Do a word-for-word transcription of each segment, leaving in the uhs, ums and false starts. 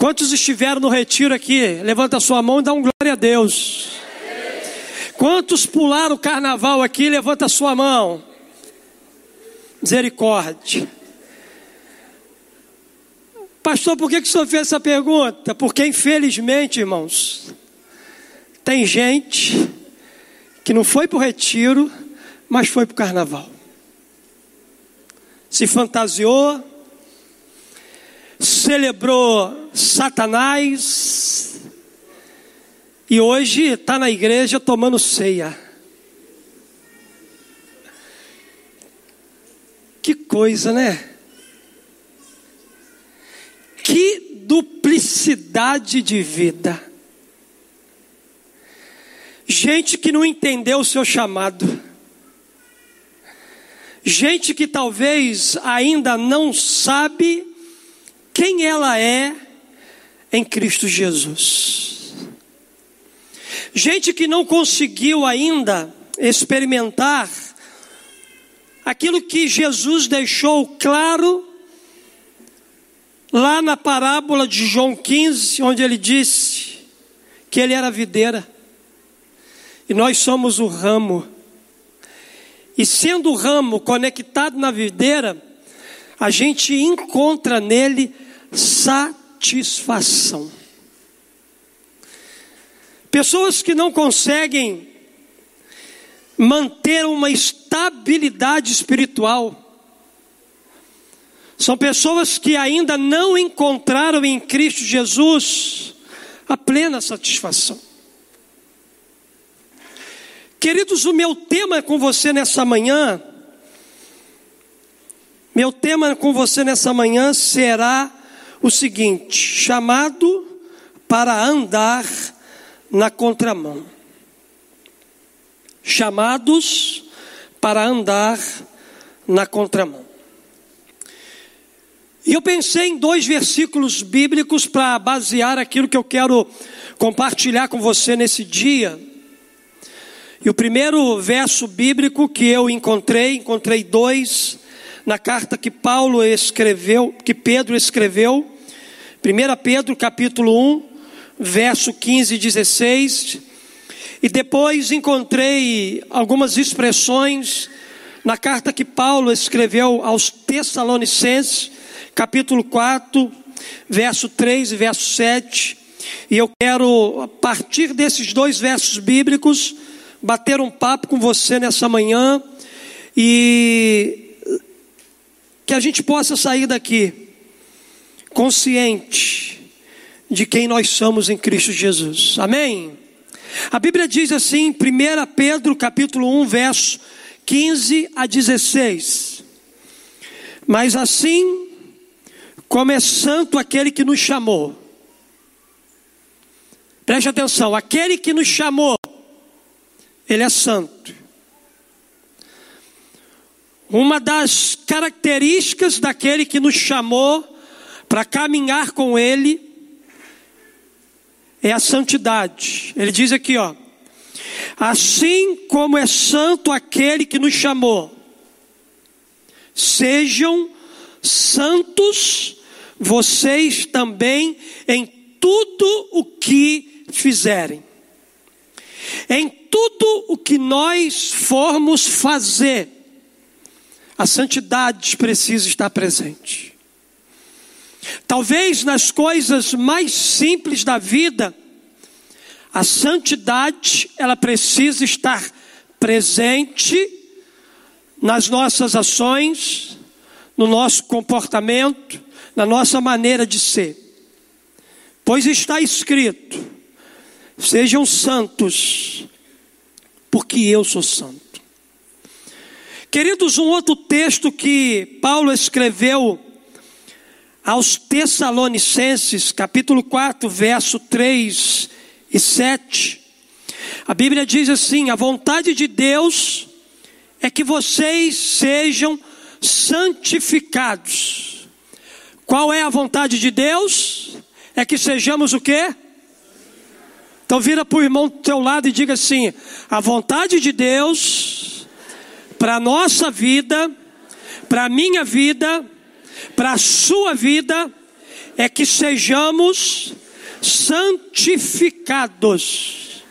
Quantos estiveram no retiro aqui? Levanta a sua mão e dá um glória a Deus. Quantos pularam o carnaval aqui? Levanta a sua mão. Misericórdia. Pastor, por que que o senhor fez essa pergunta? Porque infelizmente, irmãos, tem gente que não foi para o retiro, mas foi para o carnaval. Se fantasiou, celebrou Satanás e hoje está na igreja tomando ceia. Que coisa, né? Que duplicidade de vida. Gente que não entendeu o seu chamado. Gente que talvez ainda não sabe quem ela é em Cristo Jesus. Gente que não conseguiu ainda experimentar aquilo que Jesus deixou claro lá na parábola de João quinze, onde ele disse que ele era a videira e nós somos o ramo. E sendo o ramo conectado na videira, a gente encontra nele satisfação. Pessoas que não conseguem manter uma estabilidade espiritual são pessoas que ainda não encontraram em Cristo Jesus a plena satisfação. Queridos, o meu tema com você nessa manhã, meu tema com você nessa manhã será o seguinte: chamado para andar na contramão. Chamados para andar na contramão. E eu pensei em dois versículos bíblicos para basear aquilo que eu quero compartilhar com você nesse dia. E o primeiro verso bíblico que eu encontrei, encontrei dois, na carta que Paulo escreveu, que Pedro escreveu, primeira Pedro capítulo um, verso quinze e dezesseis, e depois encontrei algumas expressões na carta que Paulo escreveu aos Tessalonicenses, capítulo quatro, verso três e verso sete, e eu quero, a partir desses dois versos bíblicos, bater um papo com você nessa manhã e que a gente possa sair daqui consciente de quem nós somos em Cristo Jesus. Amém? A Bíblia diz assim, em primeira Pedro capítulo um, verso quinze a dezesseis: mas assim como é santo aquele que nos chamou. Preste atenção, aquele que nos chamou, ele é santo. Uma das características daquele que nos chamou para caminhar com ele é a santidade. Ele diz aqui, ó: assim como é santo aquele que nos chamou, sejam santos vocês também em tudo o que fizerem. Em tudo o que nós formos fazer, a santidade precisa estar presente. Talvez nas coisas mais simples da vida, a santidade, ela precisa estar presente nas nossas ações, no nosso comportamento, na nossa maneira de ser. Pois está escrito: sejam santos, porque eu sou santo. Queridos, um outro texto que Paulo escreveu aos Tessalonicenses, capítulo quatro, verso três e sete. A Bíblia diz assim: a vontade de Deus é que vocês sejam santificados. Qual é a vontade de Deus? É que sejamos o quê? Então vira para o irmão do teu lado e diga assim: a vontade de Deus para a nossa vida, para a minha vida, para a sua vida, é que sejamos santificados.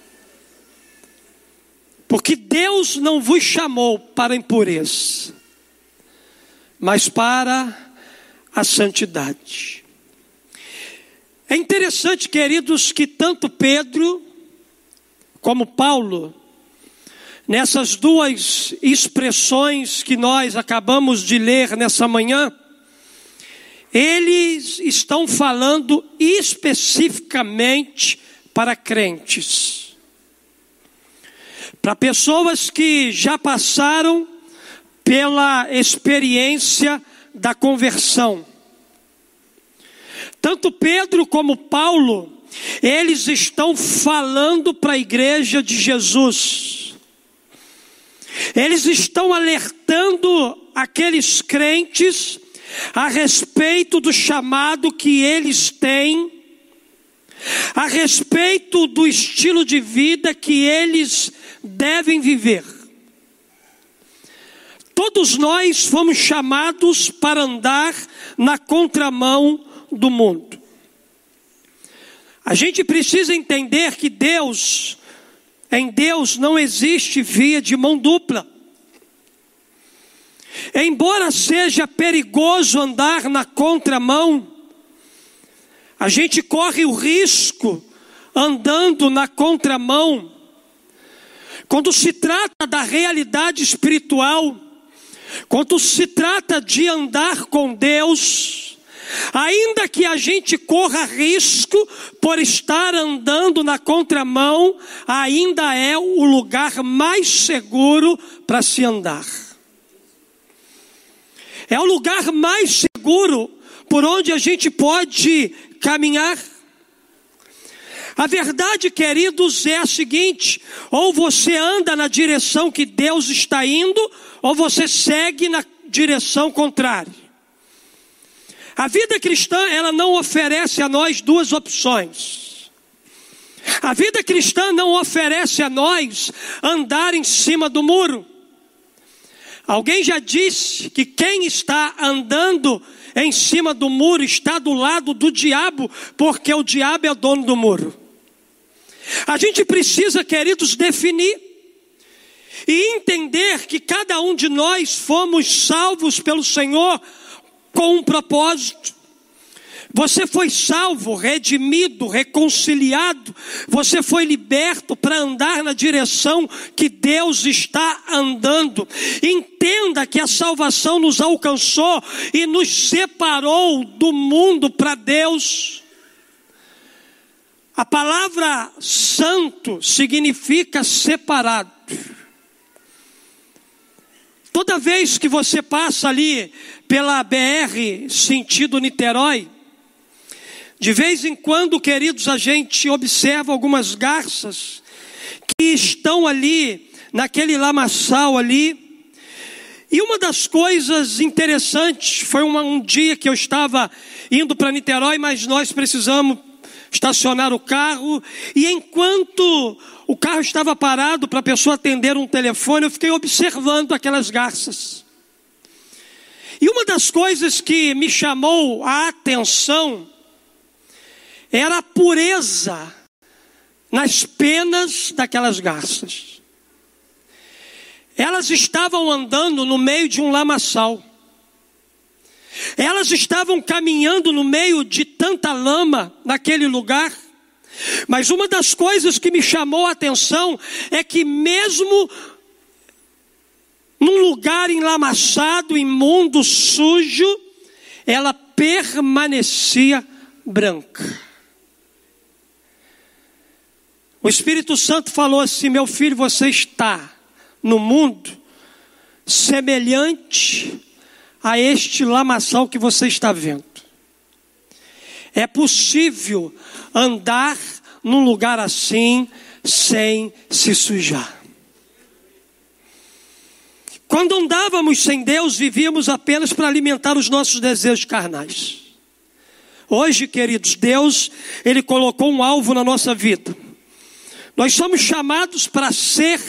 Porque Deus não vos chamou para a impureza, mas para a santidade. É interessante, queridos, que tanto Pedro como Paulo, nessas duas expressões que nós acabamos de ler nessa manhã, eles estão falando especificamente para crentes, para pessoas que já passaram pela experiência da conversão. Tanto Pedro como Paulo, eles estão falando para a igreja de Jesus. Eles estão alertando aqueles crentes a respeito do chamado que eles têm, a respeito do estilo de vida que eles devem viver. Todos nós fomos chamados para andar na contramão do mundo. A gente precisa entender que Deus, em Deus não existe via de mão dupla. Embora seja perigoso andar na contramão, a gente corre o risco, andando na contramão, quando se trata da realidade espiritual, quando se trata de andar com Deus, ainda que a gente corra risco por estar andando na contramão, ainda é o lugar mais seguro para se andar. É o lugar mais seguro por onde a gente pode caminhar. A verdade, queridos, é a seguinte: ou você anda na direção que Deus está indo, ou você segue na direção contrária. A vida cristã, ela não oferece a nós duas opções. A vida cristã não oferece a nós andar em cima do muro. Alguém já disse que quem está andando em cima do muro está do lado do diabo, porque o diabo é o dono do muro. A gente precisa, queridos, definir e entender que cada um de nós fomos salvos pelo Senhor com um propósito. Você foi salvo, redimido, reconciliado. Você foi liberto para andar na direção que Deus está andando. Entenda que a salvação nos alcançou e nos separou do mundo para Deus. A palavra santo significa separado. Toda vez que você passa ali pela B R sentido Niterói, de vez em quando, queridos, a gente observa algumas garças que estão ali, naquele lamaçal ali. E uma das coisas interessantes, foi uma, um dia que eu estava indo para Niterói, mas nós precisamos estacionar o carro. E enquanto o carro estava parado para a pessoa atender um telefone, eu fiquei observando aquelas garças. E uma das coisas que me chamou a atenção era a pureza nas penas daquelas garças. Elas estavam andando no meio de um lamaçal. Elas estavam caminhando no meio de tanta lama naquele lugar. Mas uma das coisas que me chamou a atenção é que mesmo num lugar enlamaçado, imundo, sujo, ela permanecia branca. O Espírito Santo falou assim: meu filho, você está no mundo semelhante a este lamaçal que você está vendo. É possível andar num lugar assim sem se sujar. Quando andávamos sem Deus, vivíamos apenas para alimentar os nossos desejos carnais. Hoje, queridos, Deus, Ele colocou um alvo na nossa vida. Nós somos chamados para ser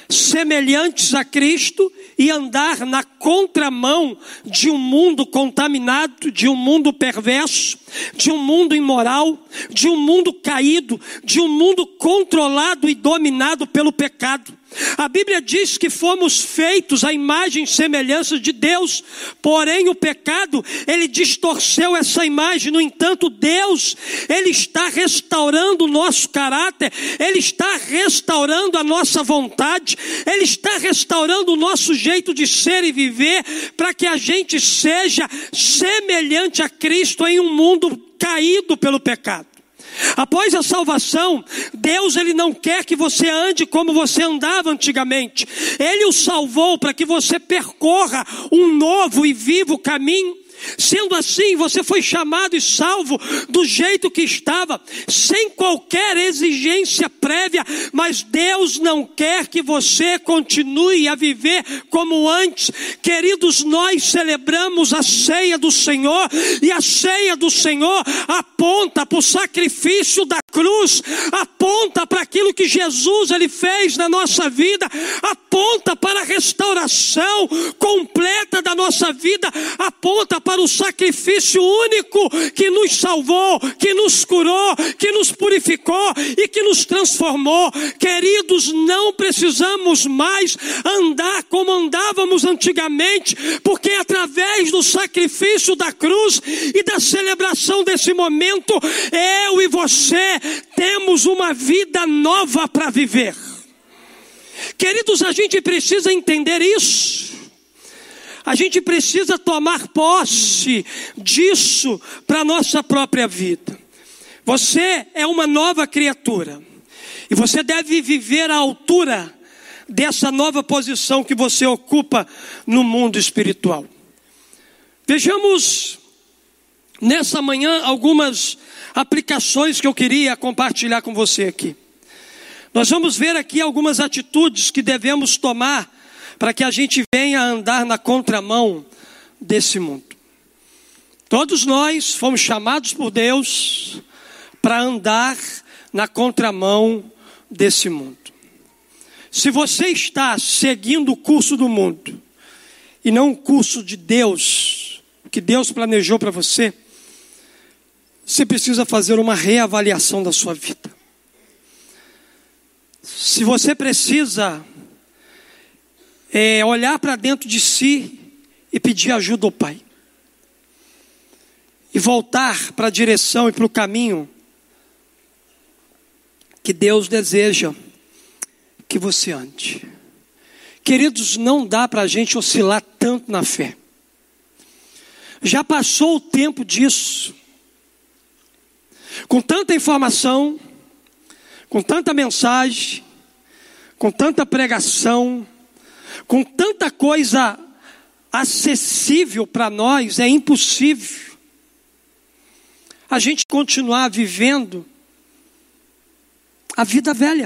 semelhantes a Cristo e andar na contramão de um mundo contaminado, de um mundo perverso, de um mundo imoral, de um mundo caído, de um mundo controlado e dominado pelo pecado. A Bíblia diz que fomos feitos à imagem e semelhança de Deus, porém o pecado, ele distorceu essa imagem. No entanto, Deus, ele está restaurando o nosso caráter, ele está restaurando a nossa vontade, ele está restaurando o nosso jeito de ser e viver, para que a gente seja semelhante a Cristo em um mundo caído pelo pecado. Após a salvação, Deus ele não quer que você ande como você andava antigamente. Ele o salvou para que você percorra um novo e vivo caminho. Sendo assim, você foi chamado e salvo do jeito que estava, sem qualquer exigência prévia, mas Deus não quer que você continue a viver como antes. Queridos, nós celebramos a ceia do Senhor, e a ceia do Senhor aponta para o sacrifício da cruz, aponta para aquilo que Jesus ele fez na nossa vida, aponta para a restauração completa da nossa vida, aponta para o sacrifício único que nos salvou, que nos curou, que nos purificou e que nos transformou. Queridos, não precisamos mais andar como andávamos antigamente, porque através do sacrifício da cruz e da celebração desse momento, eu e você temos uma vida nova para viver. Queridos, a gente precisa entender isso. A gente precisa tomar posse disso para a nossa própria vida. Você é uma nova criatura, e você deve viver à altura dessa nova posição que você ocupa no mundo espiritual. Vejamos nessa manhã algumas aplicações que eu queria compartilhar com você aqui. Nós vamos ver aqui algumas atitudes que devemos tomar para que a gente venha a andar na contramão desse mundo. Todos nós fomos chamados por Deus para andar na contramão desse mundo. Se você está seguindo o curso do mundo e não o curso de Deus, que Deus planejou para você, você precisa fazer uma reavaliação da sua vida. Se você precisa é, olhar para dentro de si e pedir ajuda ao Pai, e voltar para a direção e para o caminho que Deus deseja que você ande. Queridos, não dá para a gente oscilar tanto na fé. Já passou o tempo disso. Com tanta informação, com tanta mensagem, com tanta pregação, com tanta coisa acessível para nós, é impossível a gente continuar vivendo a vida velha.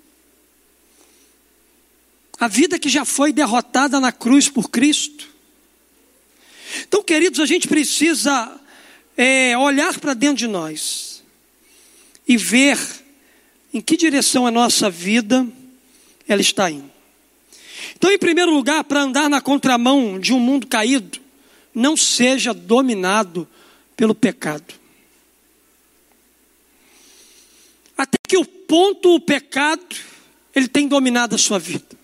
A vida que já foi derrotada na cruz por Cristo. Então, queridos, a gente precisa é, olhar para dentro de nós e ver em que direção a nossa vida ela está indo. Então, em primeiro lugar, para andar na contramão de um mundo caído, não seja dominado pelo pecado. Até que o ponto o pecado, ele tem dominado a sua vida.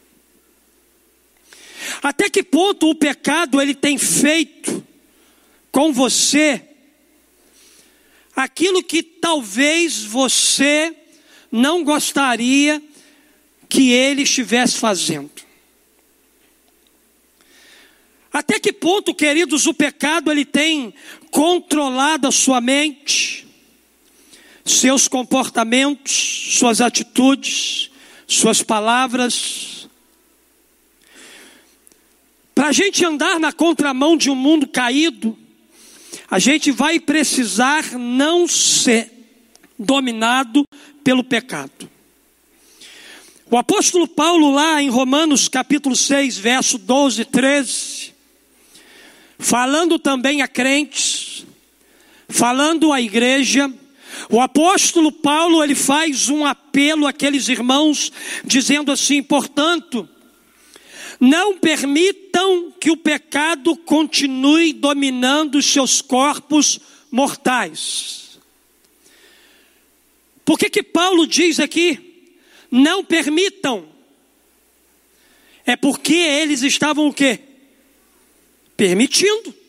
Até que ponto o pecado, ele tem feito com você aquilo que talvez você não gostaria que ele estivesse fazendo. Até que ponto, queridos, o pecado ele tem controlado a sua mente, seus comportamentos, suas atitudes, suas palavras. Para a gente andar na contramão de um mundo caído, a gente vai precisar não ser dominado pelo pecado. O apóstolo Paulo, lá em Romanos capítulo seis, verso doze e treze, falando também a crentes, falando à igreja, O apóstolo Paulo, ele faz um apelo àqueles irmãos, dizendo assim: portanto, não permitam que o pecado continue dominando os seus corpos mortais. Por que que Paulo diz aqui, não permitam? É porque eles estavam o quê? Permitindo.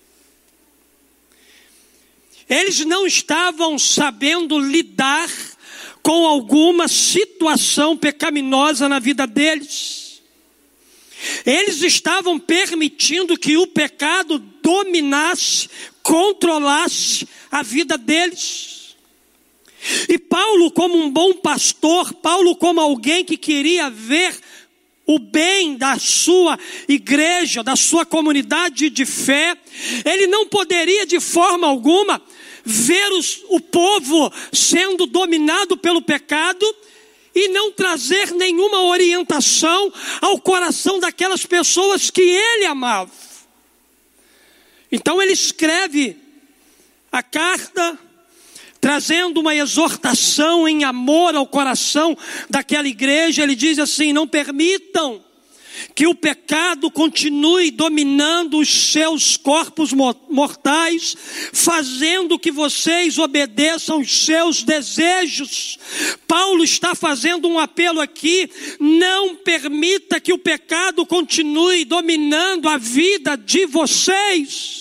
Eles não estavam sabendo lidar com alguma situação pecaminosa na vida deles. Eles estavam permitindo que o pecado dominasse, controlasse a vida deles. E Paulo, como um bom pastor, Paulo como alguém que queria ver o bem da sua igreja, da sua comunidade de fé, ele não poderia de forma alguma ver os, o povo sendo dominado pelo pecado e não trazer nenhuma orientação ao coração daquelas pessoas que ele amava. Então ele escreve a carta trazendo uma exortação em amor ao coração daquela igreja. Ele diz assim: não permitam que o pecado continue dominando os seus corpos mortais, fazendo que vocês obedeçam os seus desejos. Paulo está fazendo um apelo aqui: não permita que o pecado continue dominando a vida de vocês.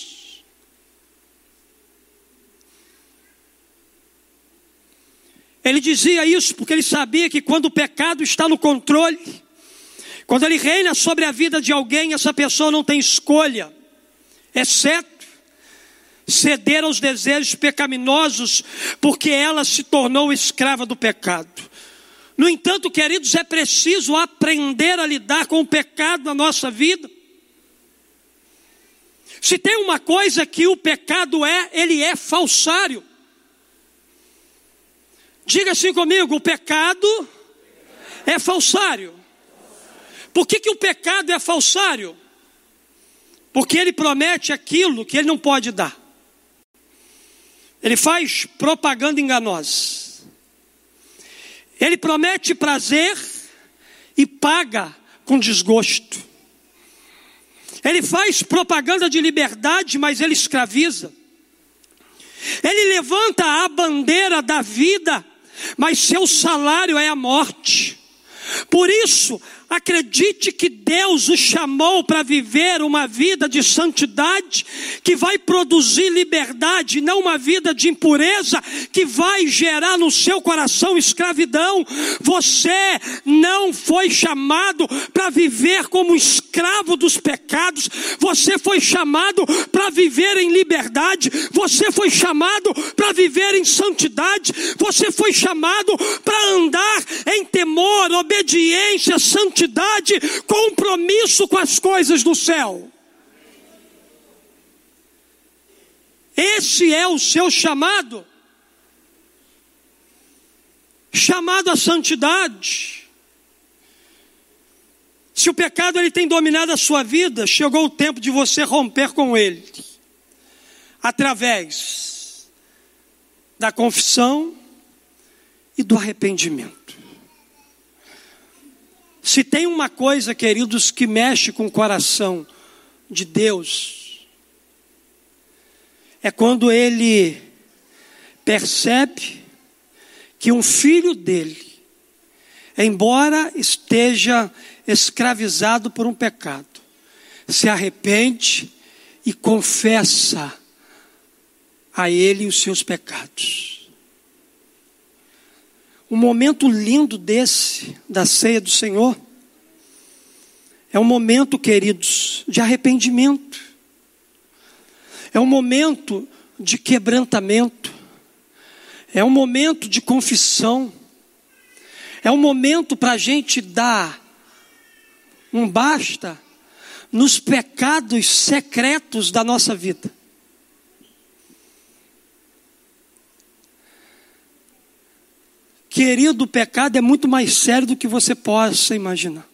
Ele dizia isso porque ele sabia que quando o pecado está no controle, quando ele reina sobre a vida de alguém, essa pessoa não tem escolha, exceto ceder aos desejos pecaminosos, porque ela se tornou escrava do pecado. No entanto, queridos, é preciso aprender a lidar com o pecado na nossa vida. Se tem uma coisa que o pecado é, ele é falsário. Diga assim comigo: o pecado é falsário. Por que que o pecado é falsário? Porque ele promete aquilo que ele não pode dar. Ele faz propaganda enganosa. Ele promete prazer e paga com desgosto. Ele faz propaganda de liberdade, mas ele escraviza. Ele levanta a bandeira da vida, mas seu salário é a morte. Por isso, acredite que Deus o chamou para viver uma vida de santidade, que vai produzir liberdade, não uma vida de impureza, que vai gerar no seu coração escravidão. Você não foi chamado para viver como escravo dos pecados, você foi chamado para viver em liberdade, você foi chamado para viver em santidade, você foi chamado para andar em temor, obediência, santidade, compromisso com as coisas do céu. Esse é o seu chamado. Chamado à santidade. Se o pecado ele tem dominado a sua vida, chegou o tempo de você romper com ele, através da confissão e do arrependimento. Se tem uma coisa, queridos, que mexe com o coração de Deus, é quando Ele percebe que um filho dele, embora esteja escravizado por um pecado, se arrepende e confessa a ele os seus pecados. Um momento lindo desse, da ceia do Senhor, é um momento, queridos, de arrependimento. É um momento de quebrantamento. É um momento de confissão. É um momento para a gente dar um basta nos pecados secretos da nossa vida. Querido, o pecado é muito mais sério do que você possa imaginar.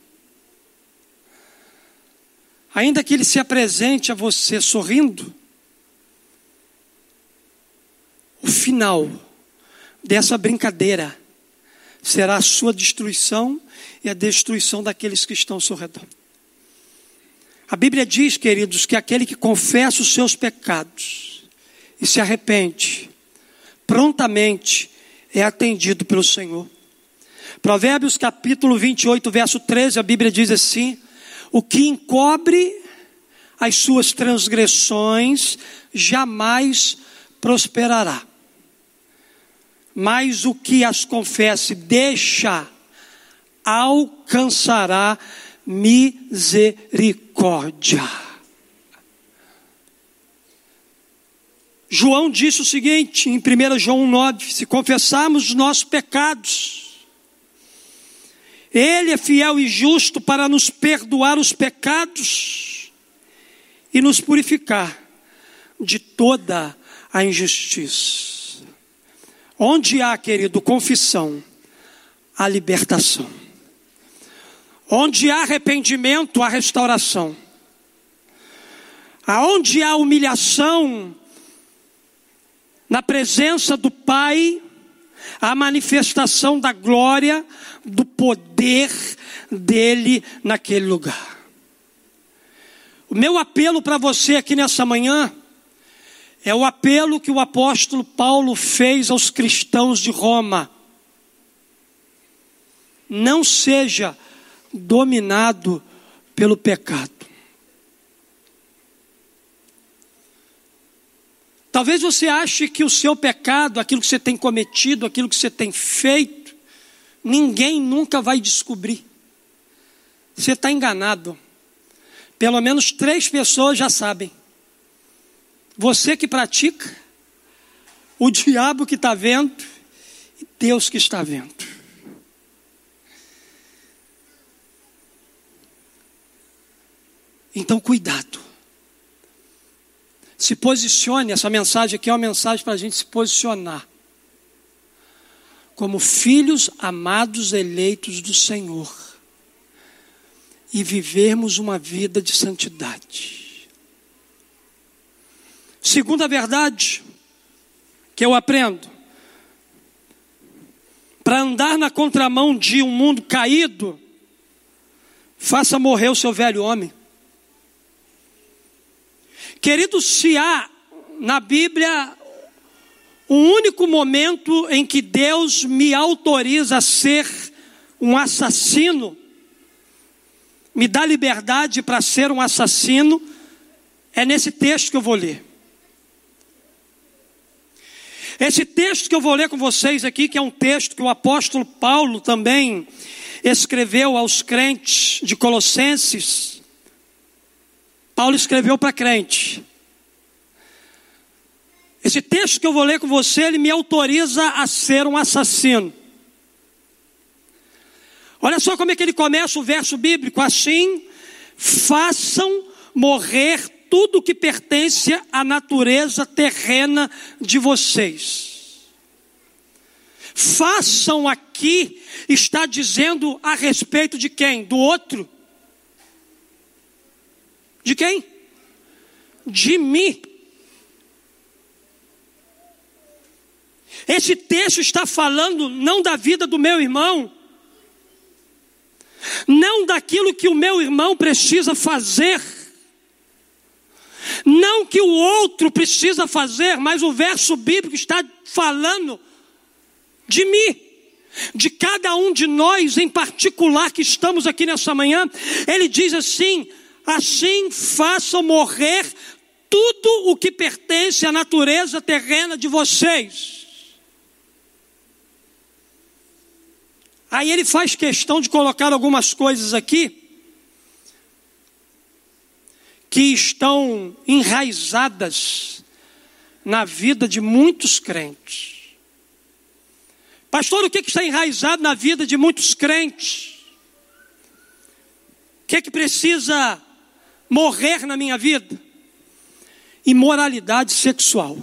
Ainda que ele se apresente a você sorrindo, o final dessa brincadeira será a sua destruição e a destruição daqueles que estão ao seu redor. A Bíblia diz, queridos, que aquele que confessa os seus pecados e se arrepende, prontamente é atendido pelo Senhor. Provérbios capítulo vinte e oito, verso treze, a Bíblia diz assim: o que encobre as suas transgressões jamais prosperará, mas o que as confesse deixa alcançará misericórdia. João disse o seguinte em primeiro João nove: se confessarmos os nossos pecados, Ele é fiel e justo para nos perdoar os pecados e nos purificar de toda a injustiça. Onde há, querido, confissão, há libertação. Onde há arrependimento, há restauração. Aonde há humilhação, na presença do Pai, a manifestação da glória, do poder dele naquele lugar. O meu apelo para você aqui nessa manhã é o apelo que o apóstolo Paulo fez aos cristãos de Roma: não seja dominado pelo pecado. Talvez você ache que o seu pecado, aquilo que você tem cometido, aquilo que você tem feito, ninguém nunca vai descobrir. Você está enganado. Pelo menos três pessoas já sabem. Você que pratica, o diabo que está vendo e Deus que está vendo. Então, cuidado. Se posicione. Essa mensagem aqui é uma mensagem para a gente se posicionar como filhos amados, eleitos do Senhor, e vivermos uma vida de santidade. Segunda verdade que eu aprendo: para andar na contramão de um mundo caído, faça morrer o seu velho homem. Querido, se há na Bíblia um único momento em que Deus me autoriza a ser um assassino, me dá liberdade para ser um assassino, é nesse texto que eu vou ler. Esse texto que eu vou ler com vocês aqui, que é um texto que o apóstolo Paulo também escreveu aos crentes de Colossenses. Paulo escreveu para crente. Esse texto que eu vou ler com você, ele me autoriza a ser um assassino. Olha só como é que ele começa o verso bíblico: assim, façam morrer tudo que pertence à natureza terrena de vocês. Façam aqui está dizendo a respeito de quem? Do outro? De quem? De mim. Esse texto está falando não da vida do meu irmão, não daquilo que o meu irmão precisa fazer, não que o outro precisa fazer, mas o verso bíblico está falando de mim, de cada um de nós em particular que estamos aqui nessa manhã. Ele diz assim: assim façam morrer tudo o que pertence à natureza terrena de vocês. Aí ele faz questão de colocar algumas coisas aqui que estão enraizadas na vida de muitos crentes. Pastor, o que está enraizado na vida de muitos crentes? O que é que precisa morrer na minha vida? Imoralidade sexual,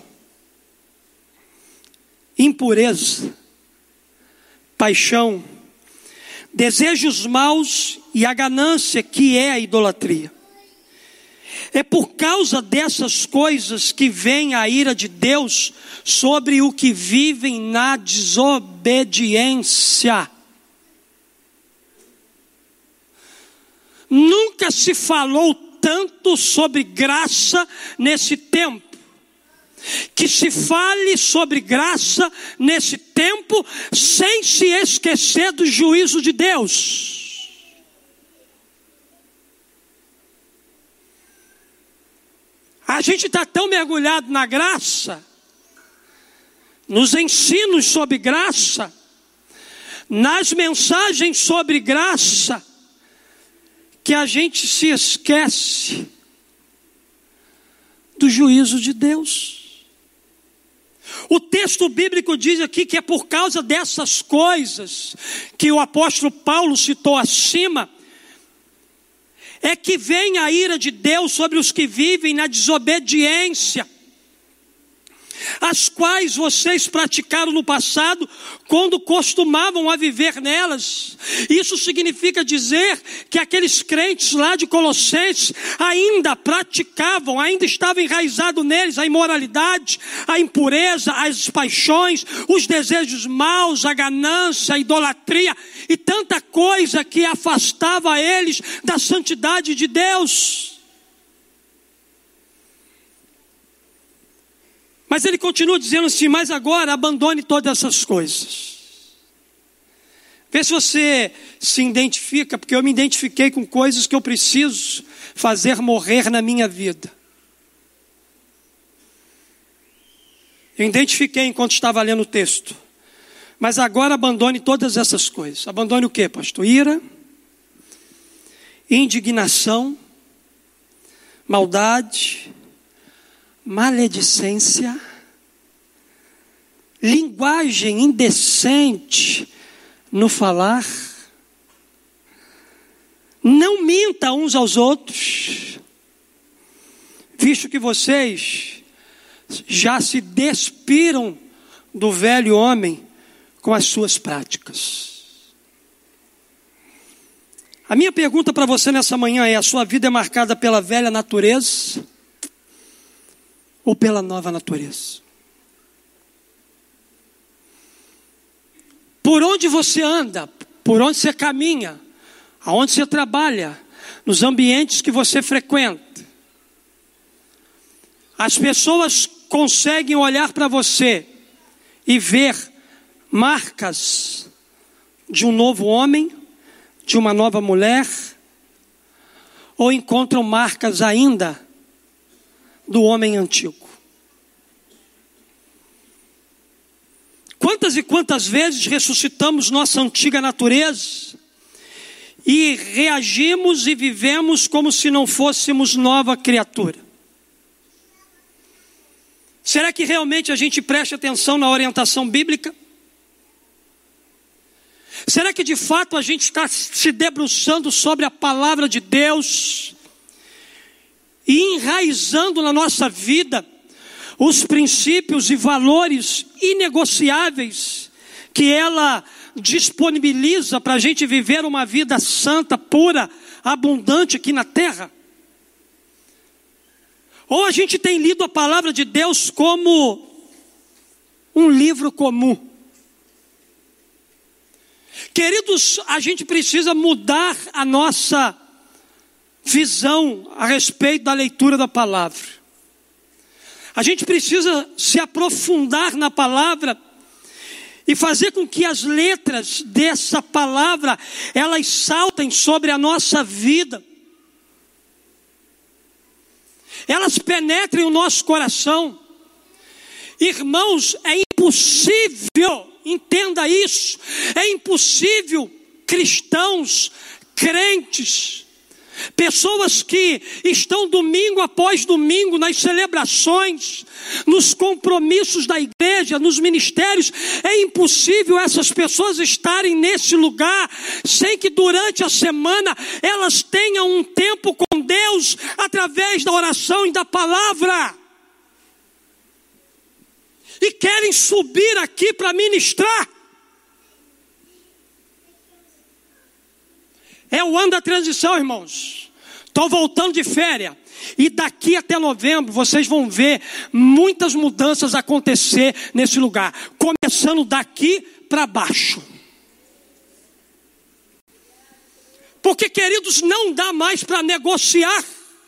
impureza, paixão, desejos maus e a ganância, que é a idolatria. É por causa dessas coisas que vem a ira de Deus sobre o que vivem na desobediência. Nunca se falou tanto sobre graça nesse tempo. Que se fale sobre graça nesse tempo, sem se esquecer do juízo de Deus. A gente está tão mergulhado na graça, nos ensinos sobre graça, nas mensagens sobre graça, que a gente se esquece do juízo de Deus. O texto bíblico diz aqui que é por causa dessas coisas que o apóstolo Paulo citou acima, é que vem a ira de Deus sobre os que vivem na desobediência, as quais vocês praticaram no passado, quando costumavam a viver nelas. Isso significa dizer que aqueles crentes lá de Colossenses ainda praticavam, ainda estava enraizado neles a imoralidade, a impureza, as paixões, os desejos maus, a ganância, a idolatria e tanta coisa que afastava eles da santidade de Deus. Mas ele continua dizendo assim: mas agora abandone todas essas coisas. Vê se você se identifica, porque eu me identifiquei com coisas que eu preciso fazer morrer na minha vida. Eu identifiquei enquanto estava lendo o texto. Mas agora abandone todas essas coisas. Abandone o quê, pastor? Ira, indignação, maldade, maledicência, linguagem indecente no falar. Não minta uns aos outros, visto que vocês já se despiram do velho homem com as suas práticas. A minha pergunta para você nessa manhã é: a sua vida é marcada pela velha natureza ou pela nova natureza? Por onde você anda, por onde você caminha, aonde você trabalha, nos ambientes que você frequenta, as pessoas conseguem olhar para você e ver marcas de um novo homem, de uma nova mulher, ou encontram marcas ainda do homem antigo? Quantas e quantas vezes ressuscitamos nossa antiga natureza e reagimos e vivemos como se não fôssemos nova criatura? Será que realmente a gente presta atenção na orientação bíblica? Será que de fato a gente está se debruçando sobre a palavra de Deus e enraizando na nossa vida os princípios e valores inegociáveis que ela disponibiliza para a gente viver uma vida santa, pura, abundante aqui na terra? Ou a gente tem lido a palavra de Deus como um livro comum? Queridos, a gente precisa mudar a nossa visão a respeito da leitura da palavra. A gente precisa se aprofundar na palavra e fazer com que as letras dessa palavra, elas saltem sobre a nossa vida. Elas penetrem o nosso coração. Irmãos, é impossível, entenda isso, é impossível cristãos, crentes, pessoas que estão domingo após domingo nas celebrações, nos compromissos da igreja, nos ministérios, é impossível essas pessoas estarem nesse lugar sem que durante a semana elas tenham um tempo com Deus através da oração e da palavra. E querem subir aqui para ministrar. É o ano da transição, irmãos. Estou voltando de férias. E daqui até novembro vocês vão ver muitas mudanças acontecer nesse lugar, começando daqui para baixo. Porque, queridos, não dá mais para negociar.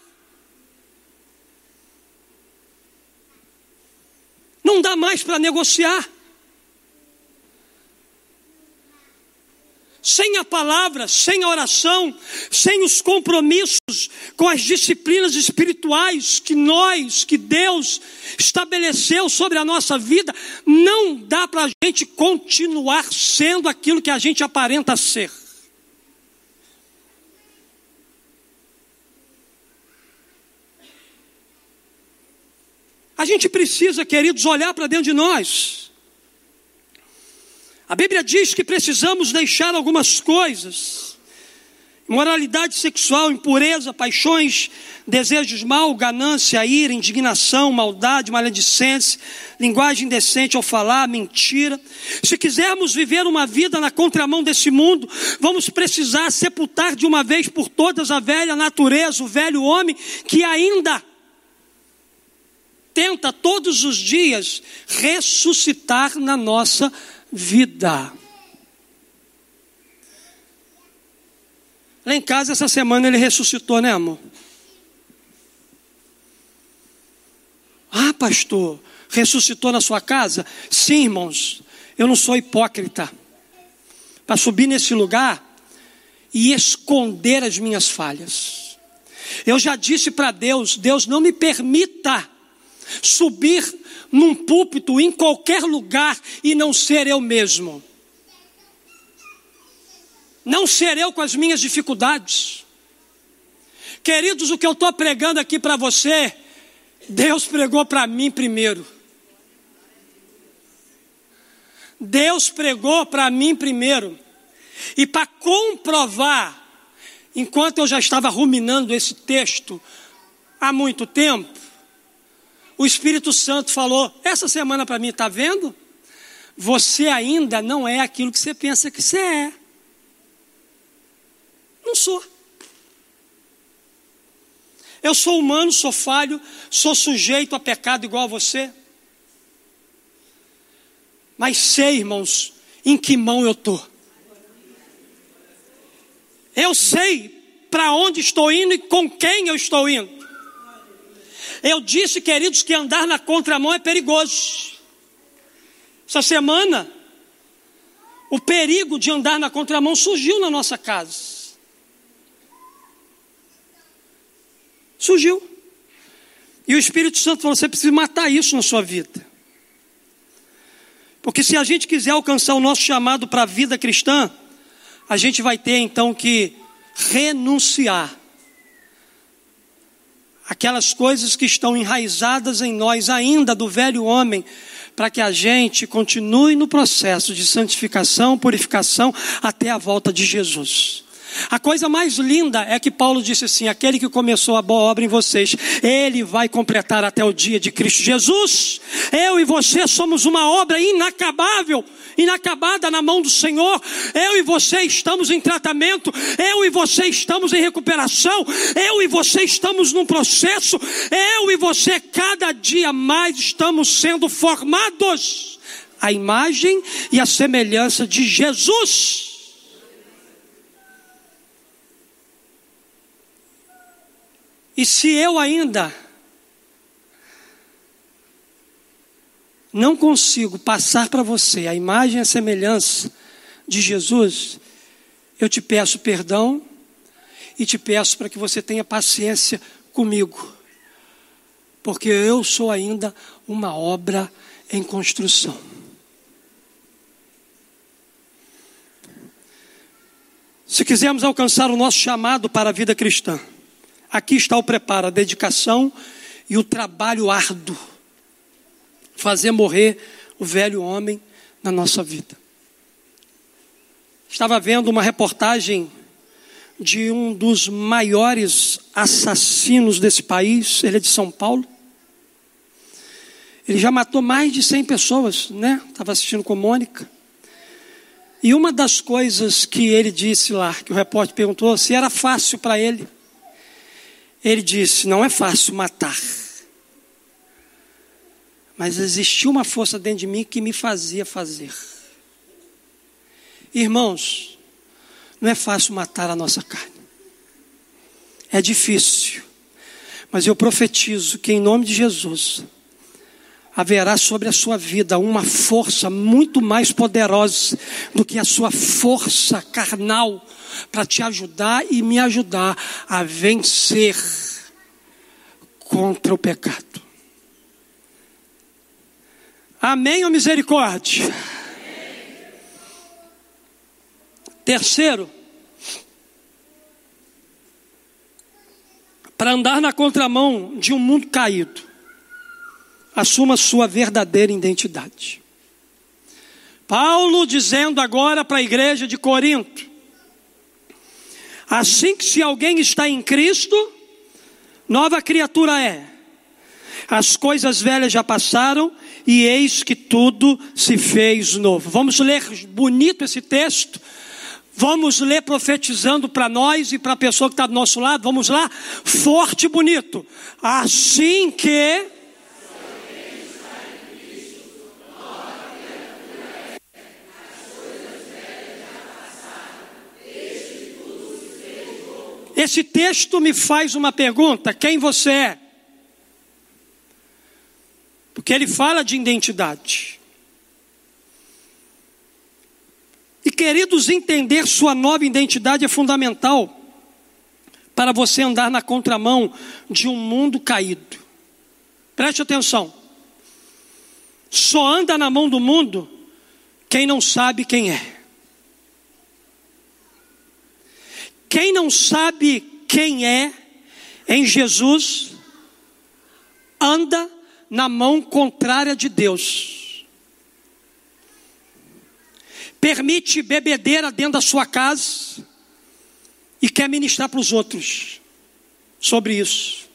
Não dá mais para negociar. Sem a palavra, sem a oração, sem os compromissos com as disciplinas espirituais que nós, que Deus estabeleceu sobre a nossa vida, não dá para a gente continuar sendo aquilo que a gente aparenta ser. A gente precisa, queridos, olhar para dentro de nós. A Bíblia diz que precisamos deixar algumas coisas: imoralidade sexual, impureza, paixões, desejos mal, ganância, ira, indignação, maldade, maledicência, linguagem indecente ao falar, mentira. Se quisermos viver uma vida na contramão desse mundo, vamos precisar sepultar de uma vez por todas a velha natureza, o velho homem que ainda tenta todos os dias ressuscitar na nossa vida. Lá em casa essa semana ele ressuscitou, né, amor? Ah, pastor, ressuscitou na sua casa? Sim, irmãos, eu não sou hipócrita para subir nesse lugar e esconder as minhas falhas. Eu já disse para Deus: Deus, não me permita subir num púlpito em qualquer lugar e não ser eu mesmo. Não ser eu com as minhas dificuldades. Queridos, o que eu estou pregando aqui para você, Deus pregou para mim primeiro. Deus pregou para mim primeiro. E para comprovar, enquanto eu já estava ruminando esse texto há muito tempo, o Espírito Santo falou essa semana para mim: está vendo? Você ainda não é aquilo que você pensa que você é. Não sou. Eu sou humano, sou falho, sou sujeito a pecado igual a você. Mas sei, irmãos, em que mão eu estou. Eu sei para onde estou indo e com quem eu estou indo. Eu disse, queridos, que andar na contramão é perigoso. Essa semana, o perigo de andar na contramão surgiu na nossa casa. Surgiu. E o Espírito Santo falou: você precisa matar isso na sua vida. Porque se a gente quiser alcançar o nosso chamado para a vida cristã, a gente vai ter então que renunciar aquelas coisas que estão enraizadas em nós ainda do velho homem, para que a gente continue no processo de santificação, purificação, até a volta de Jesus. A coisa mais linda é que Paulo disse assim: aquele que começou a boa obra em vocês, ele vai completar até o dia de Cristo Jesus. Eu e você somos uma obra inacabável, inacabada na mão do Senhor. Eu e você estamos em tratamento, eu e você estamos em recuperação, eu e você estamos num processo, eu e você cada dia mais estamos sendo formados à imagem e à semelhança de Jesus. E se eu ainda não consigo passar para você a imagem e a semelhança de Jesus, eu te peço perdão e te peço para que você tenha paciência comigo, porque eu sou ainda uma obra em construção. Se quisermos alcançar o nosso chamado para a vida cristã, aqui está o preparo, a dedicação e o trabalho árduo. Fazer morrer o velho homem na nossa vida. Estava vendo uma reportagem de um dos maiores assassinos desse país. Ele é de São Paulo. Ele já matou mais de cem pessoas, né? Estava assistindo com Mônica. E uma das coisas que ele disse lá, que o repórter perguntou se era fácil para ele, Ele disse: não é fácil matar, mas existia uma força dentro de mim que me fazia fazer. Irmãos, não é fácil matar a nossa carne. É difícil. Mas eu profetizo que em nome de Jesus haverá sobre a sua vida uma força muito mais poderosa do que a sua força carnal, para te ajudar e me ajudar a vencer contra o pecado. Amém ou misericórdia? Amém. Terceiro, para andar na contramão de um mundo caído, assuma sua verdadeira identidade. Paulo dizendo agora para a igreja de Corinto: assim que se alguém está em Cristo, nova criatura é. As coisas velhas já passaram e eis que tudo se fez novo. Vamos ler bonito esse texto. Vamos ler profetizando para nós e para a pessoa que está do nosso lado. Vamos lá, forte e bonito. Assim que esse texto me faz uma pergunta: quem você é? Porque ele fala de identidade. E queridos, entender sua nova identidade é fundamental para você andar na contramão de um mundo caído. Preste atenção. Só anda na mão do mundo quem não sabe quem é. Quem não sabe quem é em Jesus, anda na mão contrária de Deus. Permite bebedeira dentro da sua casa e quer ministrar para os outros sobre isso.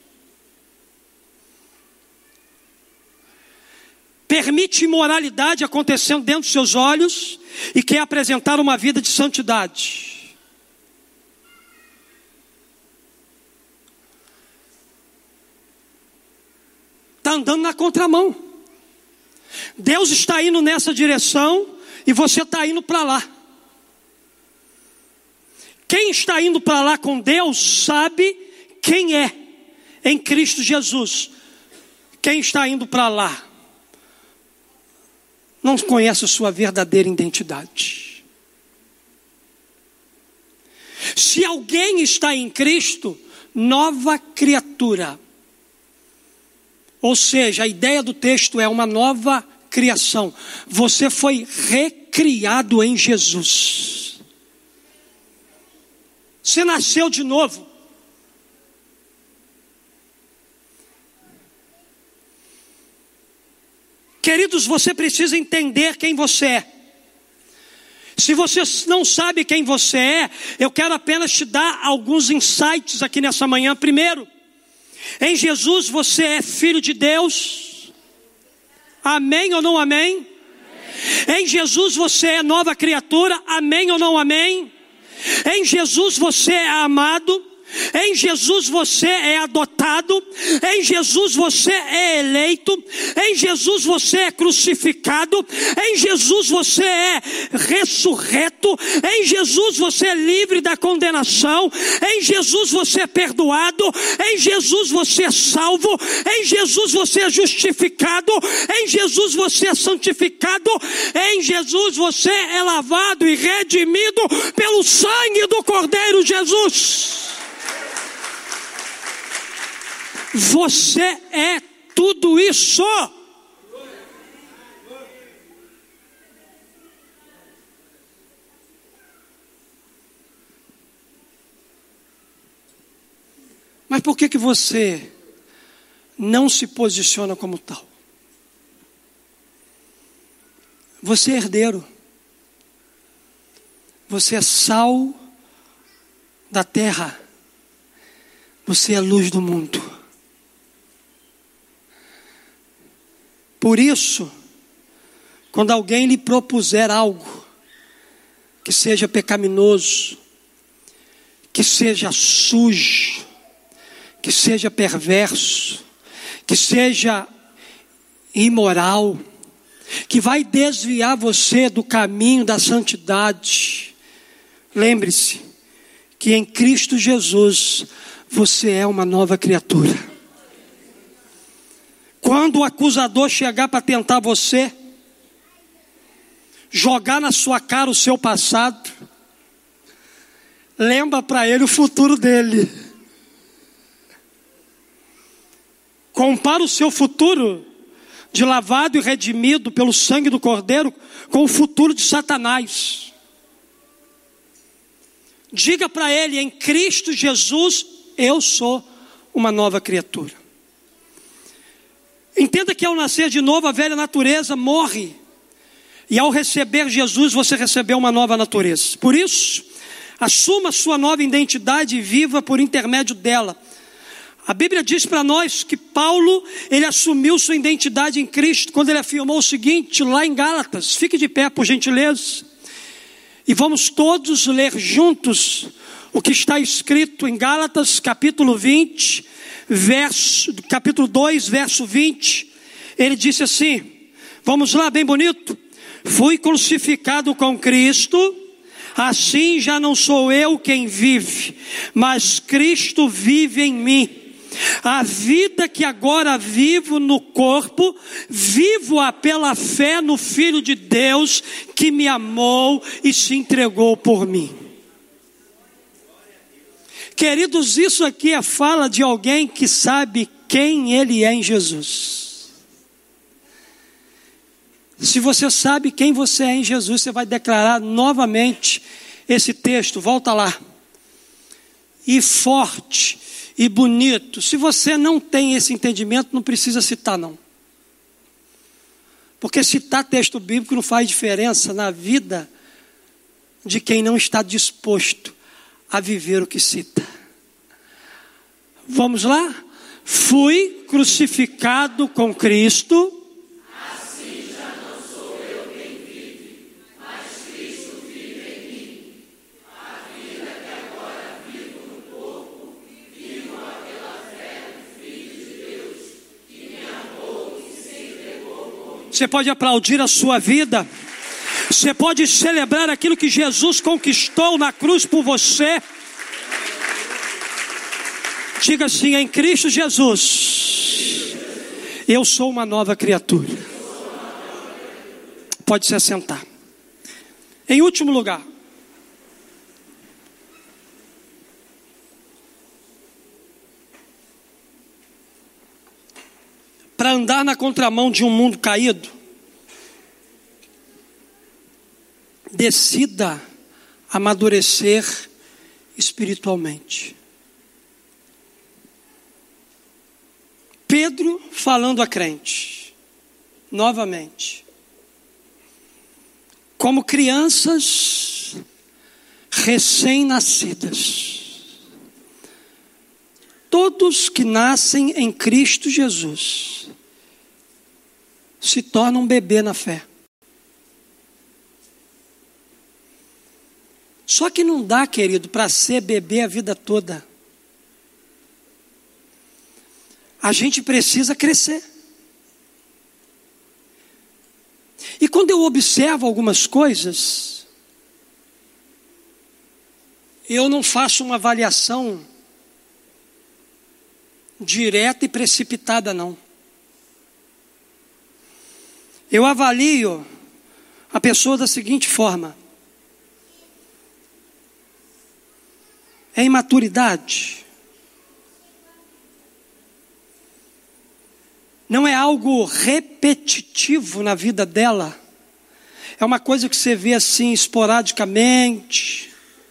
Permite imoralidade acontecendo dentro dos seus olhos e quer apresentar uma vida de santidade. Está andando na contramão. Deus está indo nessa direção e você está indo para lá. Quem está indo para lá com Deus sabe quem é em Cristo Jesus. Quem está indo para lá não conhece a sua verdadeira identidade. Se alguém está em Cristo, nova criatura. Ou seja, a ideia do texto é uma nova criação. Você foi recriado em Jesus. Você nasceu de novo. Queridos, você precisa entender quem você é. Se você não sabe quem você é, eu quero apenas te dar alguns insights aqui nessa manhã. Primeiro, em Jesus você é filho de Deus. Amém ou não amém? Amém. Em Jesus você é nova criatura. Amém ou não amém? Em Jesus você é amado. Em Jesus você é adotado. Em Jesus você é eleito. Em Jesus você é crucificado. Em Jesus você é ressurreto. Em Jesus você é livre da condenação. Em Jesus você é perdoado. Em Jesus você é salvo. Em Jesus você é justificado. Em Jesus você é santificado. Em Jesus você é lavado e redimido pelo sangue do Cordeiro Jesus. Você é tudo isso. Mas por que que você não se posiciona como tal? Você é herdeiro. Você é sal da terra. Você é luz do mundo. Por isso, quando alguém lhe propuser algo que seja pecaminoso, que seja sujo, que seja perverso, que seja imoral, que vai desviar você do caminho da santidade. Lembre-se que em Cristo Jesus você é uma nova criatura. Quando o acusador chegar para tentar você, jogar na sua cara o seu passado, lembra para ele o futuro dele. Compara o seu futuro de lavado e redimido pelo sangue do Cordeiro com o futuro de Satanás. Diga para ele: em Cristo Jesus eu sou uma nova criatura. Entenda que ao nascer de novo a velha natureza morre, e ao receber Jesus você recebeu uma nova natureza. Por isso, assuma a sua nova identidade e viva por intermédio dela. A Bíblia diz para nós que Paulo, ele assumiu sua identidade em Cristo quando ele afirmou o seguinte lá em Gálatas. Fique de pé, por gentileza, e vamos todos ler juntos o que está escrito em Gálatas capítulo vinte, verso, capítulo dois, verso vinte. Ele disse assim, vamos lá, bem bonito: fui crucificado com Cristo, assim já não sou eu quem vive, mas Cristo vive em mim. A vida que agora vivo no corpo, vivo-a pela fé no Filho de Deus, que me amou e se entregou por mim. Queridos, isso aqui é fala de alguém que sabe quem ele é em Jesus. Se você sabe quem você é em Jesus, você vai declarar novamente esse texto, volta lá. E forte e bonito. Se você não tem esse entendimento, não precisa citar não. Porque citar texto bíblico não faz diferença na vida de quem não está disposto a viver o que cita. Vamos lá? Fui crucificado com Cristo. Assim já não sou eu quem vive, mas Cristo vive em mim. A vida que agora vivo no corpo, vivo-a pela fé no Filho de Deus, que me amou e se entregou por mim. Você pode aplaudir a sua vida. Você pode celebrar aquilo que Jesus conquistou na cruz por você. Diga assim: em Cristo Jesus, eu sou uma nova criatura. Pode se assentar. Em último lugar, para andar na contramão de um mundo caído, decida amadurecer espiritualmente. Pedro falando a crente, novamente, como crianças recém-nascidas, todos que nascem em Cristo Jesus se tornam um bebê na fé. Só que não dá, querido, para ser bebê a vida toda. A gente precisa crescer. E quando eu observo algumas coisas, eu não faço uma avaliação direta e precipitada, não. Eu avalio a pessoa da seguinte forma: é imaturidade. Não é algo repetitivo na vida dela. É uma coisa que você vê assim esporadicamente.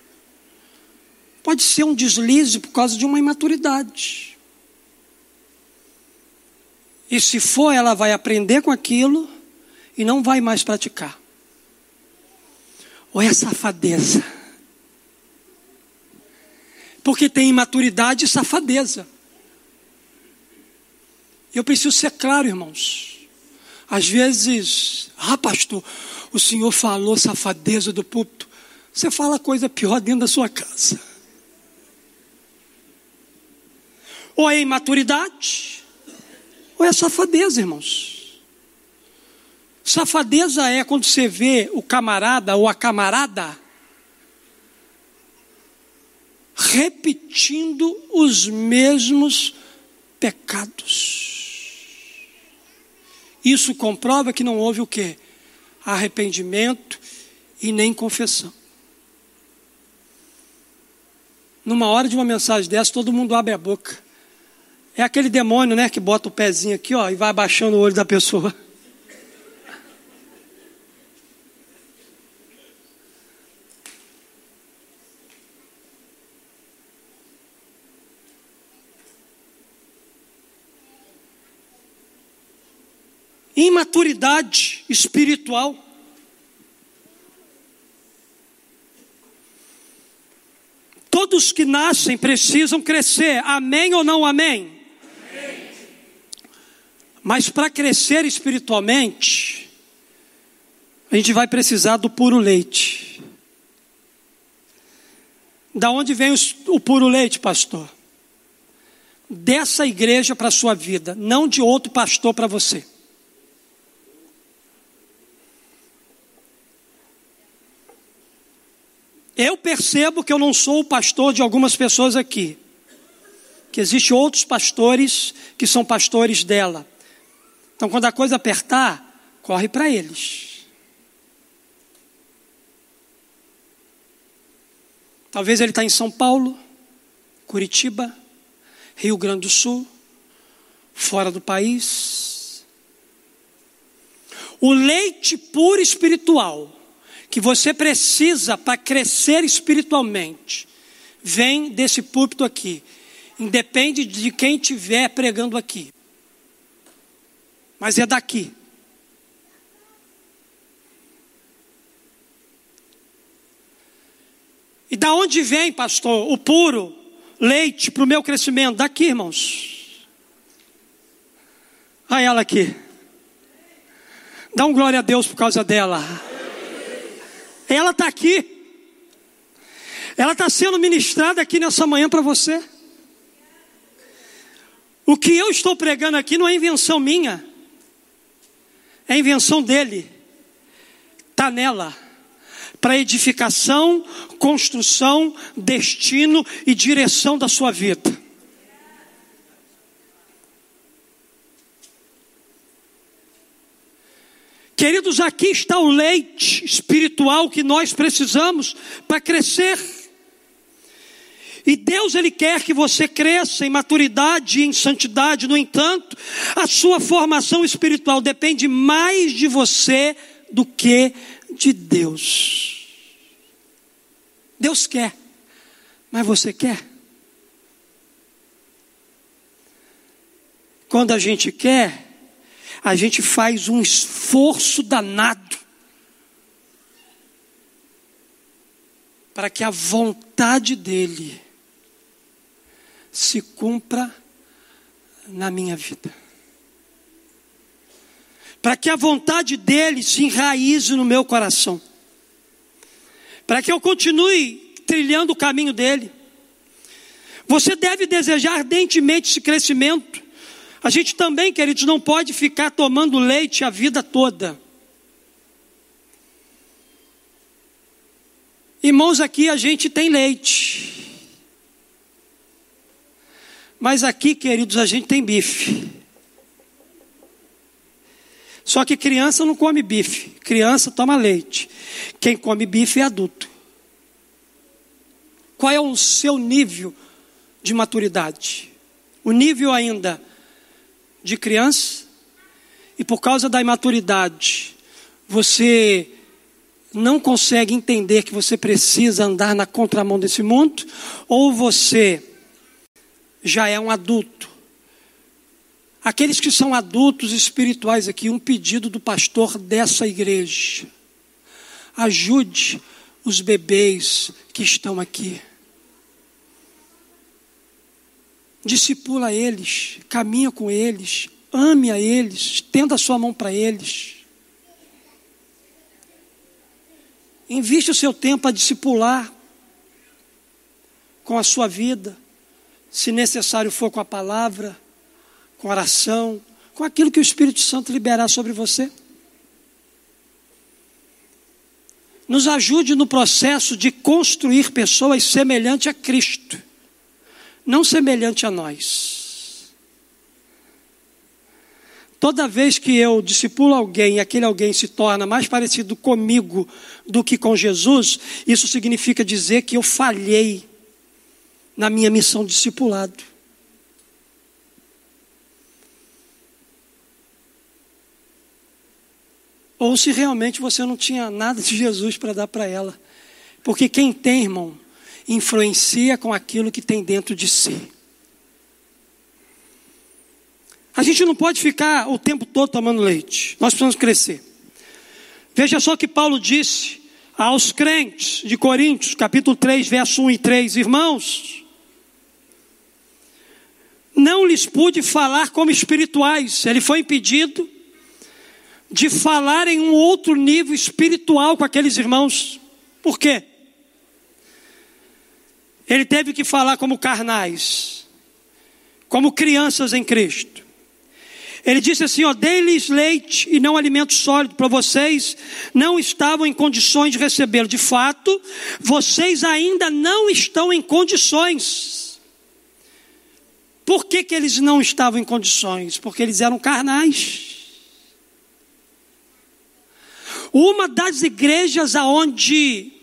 Pode ser um deslize por causa de uma imaturidade. E se for, ela vai aprender com aquilo e não vai mais praticar. Ou é safadeza. Porque tem imaturidade e safadeza. Eu preciso ser claro, irmãos. Às vezes, ah, pastor, o senhor falou safadeza do púlpito. Você fala coisa pior dentro da sua casa. Ou é imaturidade, ou é safadeza, irmãos. Safadeza é quando você vê o camarada ou a camarada repetindo os mesmos pecados. Isso comprova que não houve o quê? Arrependimento e nem confissão. Numa hora de uma mensagem dessa, todo mundo abre a boca. É aquele demônio, né, que bota o pezinho aqui, ó, e vai abaixando o olho da pessoa. Imaturidade espiritual. Todos que nascem precisam crescer, amém ou não amém? Amém. Mas para crescer espiritualmente, a gente vai precisar do puro leite. Da onde vem os, o puro leite, pastor? Dessa igreja para a sua vida, não de outro pastor para você. Eu percebo que eu não sou o pastor de algumas pessoas aqui. Que existem outros pastores que são pastores dela. Então quando a coisa apertar, corre para eles. Talvez ele está em São Paulo, Curitiba, Rio Grande do Sul, fora do país. O leite puro espiritual que você precisa para crescer espiritualmente, vem desse púlpito aqui. Independe de quem estiver pregando aqui. Mas é daqui. E da onde vem, pastor, o puro leite para o meu crescimento? Daqui, irmãos. Olha ela aqui. Dá um glória a Deus por causa dela. Ela está aqui. Ela está sendo ministrada aqui nessa manhã para você. O que eu estou pregando aqui não é invenção minha. É invenção dele. Está nela. Para edificação, construção, destino e direção da sua vida. Queridos, aqui está o leite espiritual que nós precisamos para crescer. E Deus, Ele quer que você cresça em maturidade e em santidade. No entanto, a sua formação espiritual depende mais de você do que de Deus. Deus quer, mas você quer? Quando a gente quer, a gente faz um esforço danado para que a vontade dele se cumpra na minha vida. Para que a vontade dele se enraize no meu coração. Para que eu continue trilhando o caminho dele. Você deve desejar ardentemente esse crescimento. A gente também, queridos, não pode ficar tomando leite a vida toda. Irmãos, aqui a gente tem leite. Mas aqui, queridos, a gente tem bife. Só que criança não come bife. Criança toma leite. Quem come bife é adulto. Qual é o seu nível de maturidade? O nível ainda de criança? E por causa da imaturidade, você não consegue entender que você precisa andar na contramão desse mundo? Ou você já é um adulto? Aqueles que são adultos espirituais aqui, um pedido do pastor dessa igreja: ajude os bebês que estão aqui. Discipula eles, caminha com eles, ame a eles, estenda a sua mão para eles. Investe o seu tempo a discipular com a sua vida, se necessário for com a palavra, com oração, com aquilo que o Espírito Santo liberar sobre você. Nos ajude no processo de construir pessoas semelhantes a Cristo, não semelhante a nós. Toda vez que eu discipulo alguém e aquele alguém se torna mais parecido comigo do que com Jesus, isso significa dizer que eu falhei na minha missão de discipulado. Ou se realmente você não tinha nada de Jesus para dar para ela. Porque quem tem, irmão, influencia com aquilo que tem dentro de si. A gente não pode ficar o tempo todo tomando leite. Nós precisamos crescer. Veja só o que Paulo disse aos crentes de Coríntios, capítulo três, verso um e três. Irmãos, não lhes pude falar como espirituais. Ele foi impedido de falar em um outro nível espiritual com aqueles irmãos. Por quê? Ele teve que falar como carnais, como crianças em Cristo. Ele disse assim, ó, dei-lhes leite e não alimento sólido, para vocês não estavam em condições de recebê-lo. De fato, vocês ainda não estão em condições. Por que que eles não estavam em condições? Porque eles eram carnais. Uma das igrejas aonde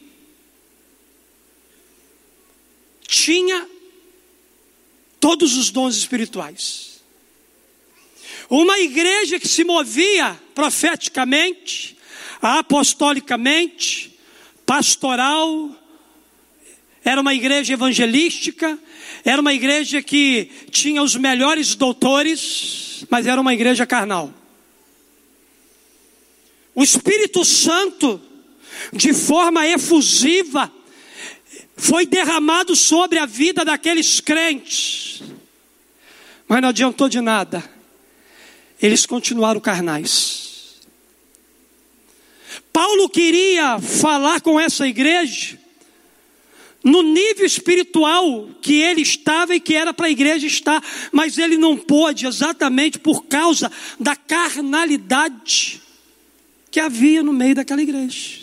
tinha todos os dons espirituais. Uma igreja que se movia profeticamente, apostolicamente, pastoral, era uma igreja evangelística, era uma igreja que tinha os melhores doutores, mas era uma igreja carnal. O Espírito Santo, de forma efusiva, foi derramado sobre a vida daqueles crentes, mas não adiantou de nada. Eles continuaram carnais. Paulo queria falar com essa igreja no nível espiritual que ele estava e que era para a igreja estar, mas ele não pôde, exatamente por causa da carnalidade que havia no meio daquela igreja.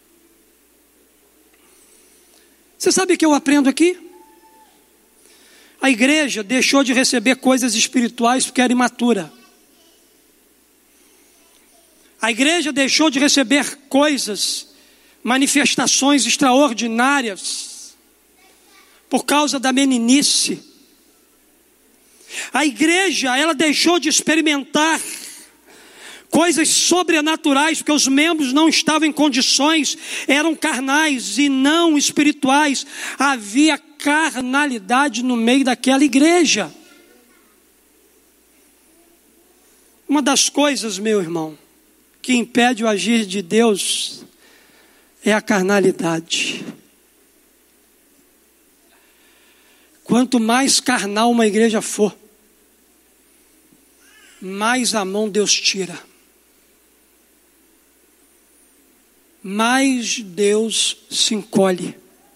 Você sabe o que eu aprendo aqui? A igreja deixou de receber coisas espirituais porque era imatura. A igreja deixou de receber coisas, manifestações extraordinárias, por causa da meninice. A igreja, ela deixou de experimentar coisas sobrenaturais, porque os membros não estavam em condições, eram carnais e não espirituais. Havia carnalidade no meio daquela igreja. Uma das coisas, meu irmão, que impede o agir de Deus é a carnalidade. Quanto mais carnal uma igreja for, mais a mão Deus tira. Mais Deus se encolhe.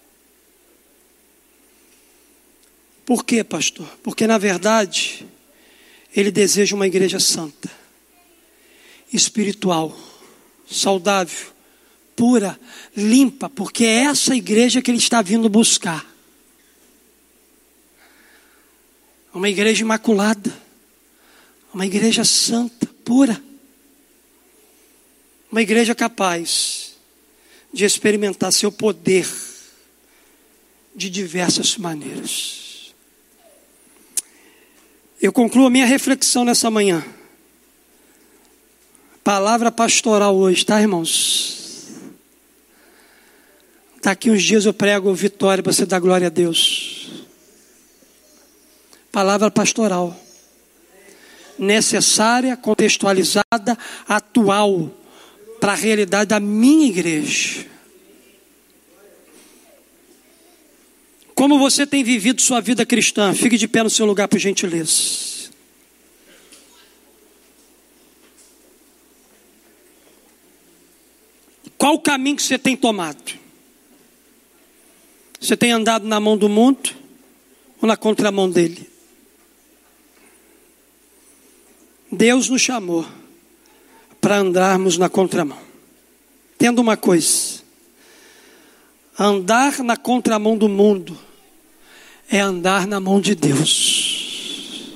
Por quê, pastor? Porque na verdade, Ele deseja uma igreja santa, espiritual, saudável, pura, limpa, porque é essa igreja que Ele está vindo buscar. Uma igreja imaculada, uma igreja santa, pura, uma igreja capaz de experimentar seu poder de diversas maneiras. Eu concluo a minha reflexão nessa manhã. Palavra pastoral hoje, tá, irmãos? Daqui uns dias eu prego vitória para você dar glória a Deus. Palavra pastoral. Necessária, contextualizada, atual, para a realidade da minha igreja. Como você tem vivido sua vida cristã? Fique de pé no seu lugar, por gentileza. Qual o caminho que você tem tomado? Você tem andado na mão do mundo ou na contramão dele? Deus nos chamou para andarmos na contramão. Entenda uma coisa: andar na contramão do mundo é andar na mão de Deus.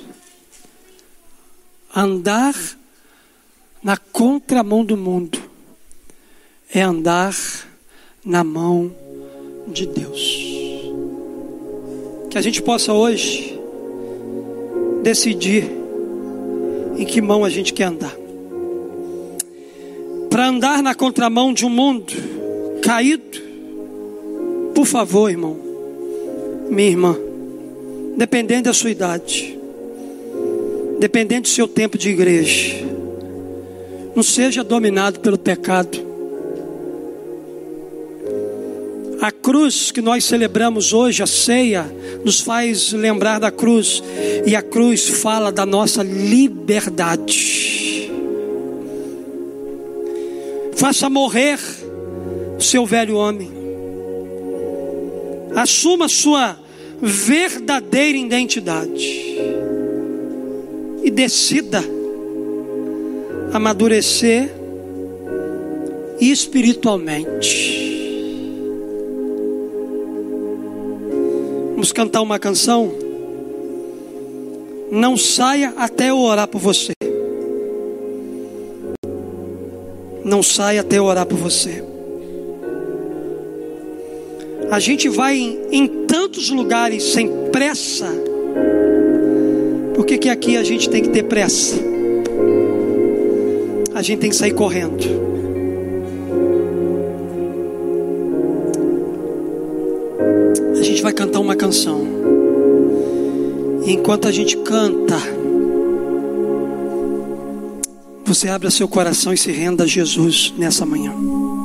Andar na contramão do mundo é andar na mão de Deus. Que a gente possa hoje decidir em que mão a gente quer andar. Para andar na contramão de um mundo caído, por favor, irmão, minha irmã, dependendo da sua idade, dependendo do seu tempo de igreja, não seja dominado pelo pecado. A cruz que nós celebramos hoje, a ceia, nos faz lembrar da cruz. E a cruz fala da nossa liberdade. Faça morrer o seu velho homem. Assuma a sua verdadeira identidade. E decida amadurecer espiritualmente. Vamos cantar uma canção. Não saia até eu orar por você. Não saia até eu orar por você. A gente vai em, em tantos lugares sem pressa. Por que que aqui a gente tem que ter pressa? A gente tem que sair correndo. A gente vai cantar uma canção. E enquanto a gente canta, você abra seu coração e se renda a Jesus nessa manhã.